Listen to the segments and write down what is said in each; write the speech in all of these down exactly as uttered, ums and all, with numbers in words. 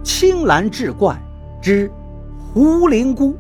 青蓝志怪之狐灵姑。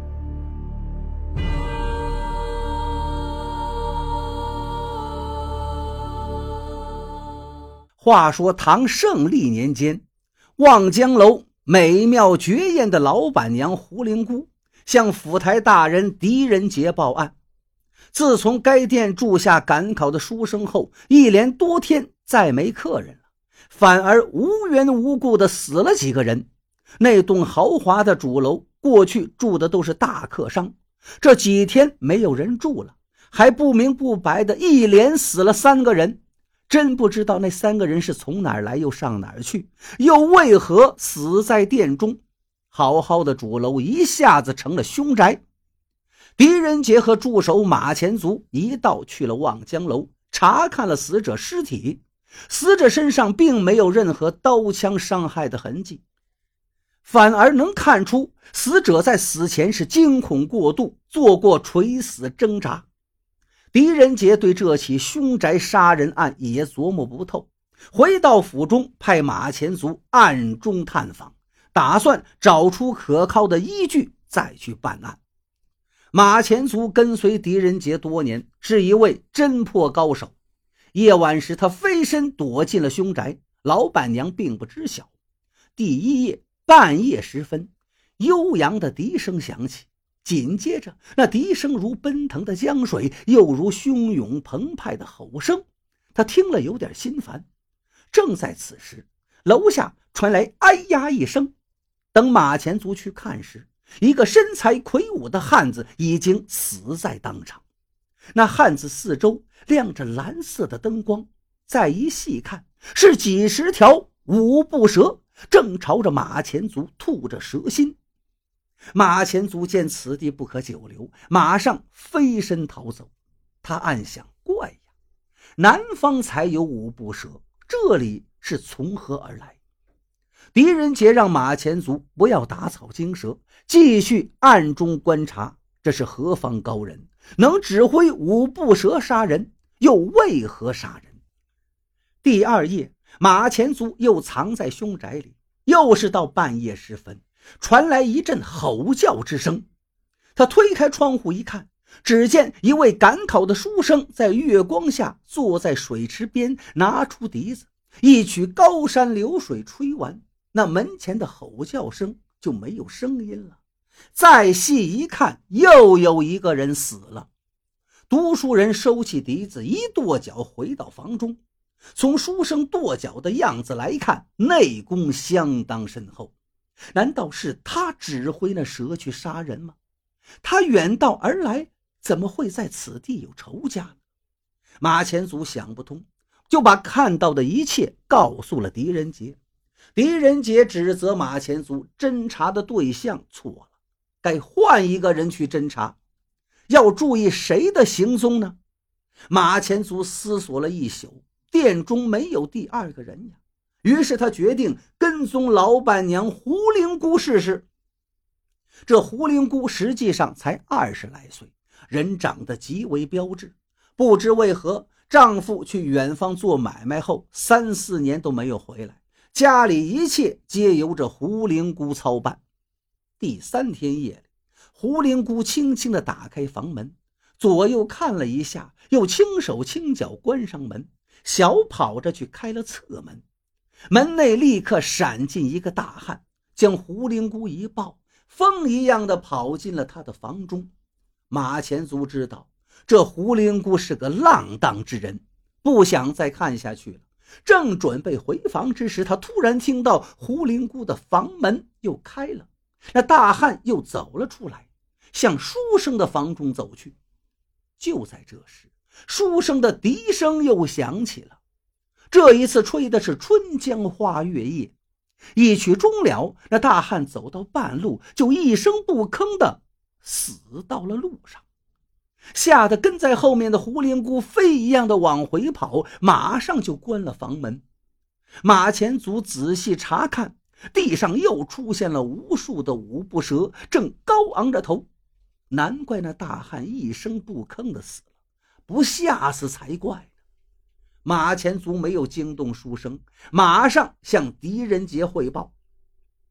话说唐胜历年间，望江楼美妙绝艳的老板娘狐灵姑向府台大人狄仁杰报案，自从该店住下赶考的书生后，一连多天再没客人了，反而无缘无故的死了几个人。那栋豪华的主楼过去住的都是大客商，这几天没有人住了，还不明不白的一连死了三个人。真不知道那三个人是从哪儿来，又上哪儿去，又为何死在店中。好好的主楼一下子成了凶宅。狄仁杰和助手马前卒一道去了望江楼，查看了死者尸体。死者身上并没有任何刀枪伤害的痕迹，反而能看出死者在死前是惊恐过度，做过垂死挣扎。狄仁杰对这起凶宅杀人案也琢磨不透，回到府中派马前卒暗中探访，打算找出可靠的依据再去办案。马前卒跟随狄仁杰多年，是一位侦破高手。夜晚时他飞身躲进了凶宅，老板娘并不知晓。第一夜半夜时分，悠扬的笛声响起，紧接着那笛声如奔腾的江水，又如汹涌澎湃的吼声，他听了有点心烦。正在此时，楼下传来哎呀一声。等马前卒去看时，一个身材魁梧的汉子已经死在当场。那汉子四周亮着蓝色的灯光，再一细看，是几十条五步蛇正朝着马前卒吐着蛇心。马前卒见此地不可久留，马上飞身逃走。他暗想，怪呀，南方才有五步蛇，这里是从何而来？狄仁杰让马前卒不要打草惊蛇，继续暗中观察，这是何方高人，能指挥五步蛇杀人，又为何杀人？第二夜，马前卒又藏在凶宅里，又是到半夜时分，传来一阵吼叫之声。他推开窗户一看，只见一位赶考的书生在月光下坐在水池边，拿出笛子，一曲高山流水吹完，那门前的吼叫声就没有声音了。再细一看，又有一个人死了。读书人收起笛子，一跺脚回到房中。从书生跺脚的样子来看，内功相当深厚。难道是他指挥那蛇去杀人吗？他远道而来，怎么会在此地有仇家呢？马前卒想不通，就把看到的一切告诉了狄仁杰。狄仁杰指责马前卒侦查的对象错了，该换一个人去侦查。要注意谁的行踪呢？马前卒思索了一宿，店中没有第二个人呀。于是他决定跟踪老板娘狐灵姑试试。这狐灵姑实际上才二十来岁，人长得极为标致。不知为何，丈夫去远方做买卖后，三四年都没有回来，家里一切皆由这狐灵姑操办。第三天夜里，狐灵姑轻轻地打开房门，左右看了一下，又轻手轻脚关上门，小跑着去开了侧门。门内立刻闪进一个大汉，将狐灵姑一抱，风一样的跑进了他的房中。马前卒知道这狐灵姑是个浪荡之人，不想再看下去了。正准备回房之时，他突然听到狐灵姑的房门又开了，那大汉又走了出来，向书生的房中走去。就在这时，书生的笛声又响起了，这一次吹的是春江花月夜。一曲终了，那大汉走到半路，就一声不吭的死到了路上。吓得跟在后面的狐灵姑飞一样的往回跑，马上就关了房门。马前卒仔细查看，地上又出现了无数的五步蛇，正高昂着头。难怪那大汉一声不吭的死了，不吓死才怪呢。马前卒没有惊动书生，马上向狄仁杰汇报。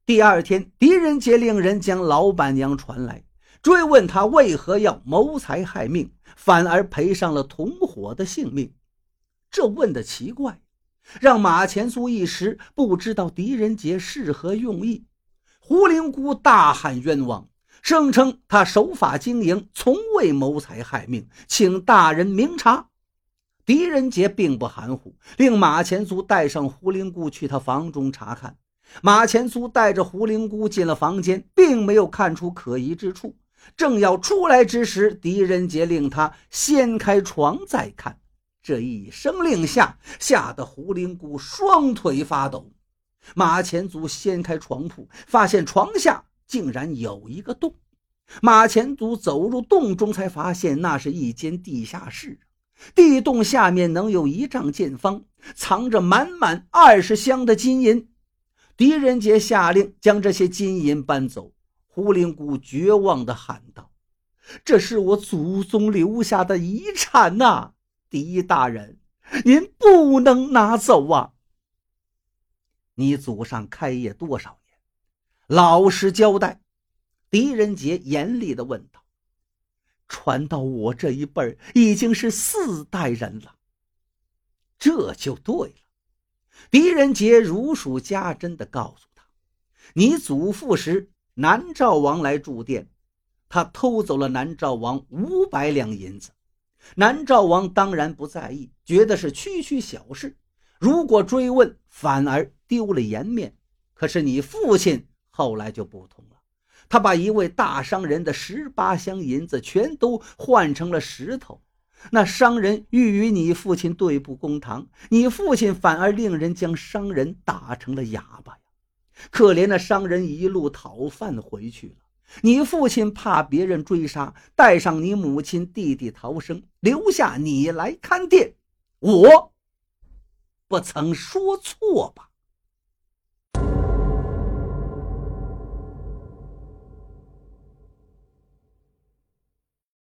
第二天，狄仁杰令人将老板娘传来，追问他为何要谋财害命，反而赔上了同伙的性命。这问的奇怪，让马前卒一时不知道狄仁杰是何用意。胡灵姑大喊冤枉，声称他守法经营，从未谋财害命，请大人明察。狄仁杰并不含糊，令马前卒带上胡灵姑去他房中查看。马前卒带着胡灵姑进了房间，并没有看出可疑之处。正要出来之时，狄仁杰令他掀开床再看。这一声令下，吓得胡灵姑双腿发抖。马前卒掀开床铺，发现床下竟然有一个洞。马前卒走入洞中，才发现那是一间地下室。地洞下面能有一丈见方，藏着满满二十箱的金银。狄仁杰下令将这些金银搬走。胡灵姑绝望地喊道：“这是我祖宗留下的遗产啊！狄大人，您不能拿走啊！你祖上开业多少年？老实交代。”狄仁杰严厉地问道。“传到我这一辈已经是四代人了。”这就对了。狄仁杰如数家珍地告诉他：“你祖父时，南诏王来住店，他偷走了南诏王五百两银子。南诏王当然不在意，觉得是区区小事，如果追问反而丢了颜面。可是你父亲后来就不同了，他把一位大商人的十八箱银子全都换成了石头。那商人欲与你父亲对簿公堂，你父亲反而令人将商人打成了哑巴呀。可怜那商人一路讨饭回去了，你父亲怕别人追杀，带上你母亲弟弟逃生，留下你来看店。我不曾说错吧？”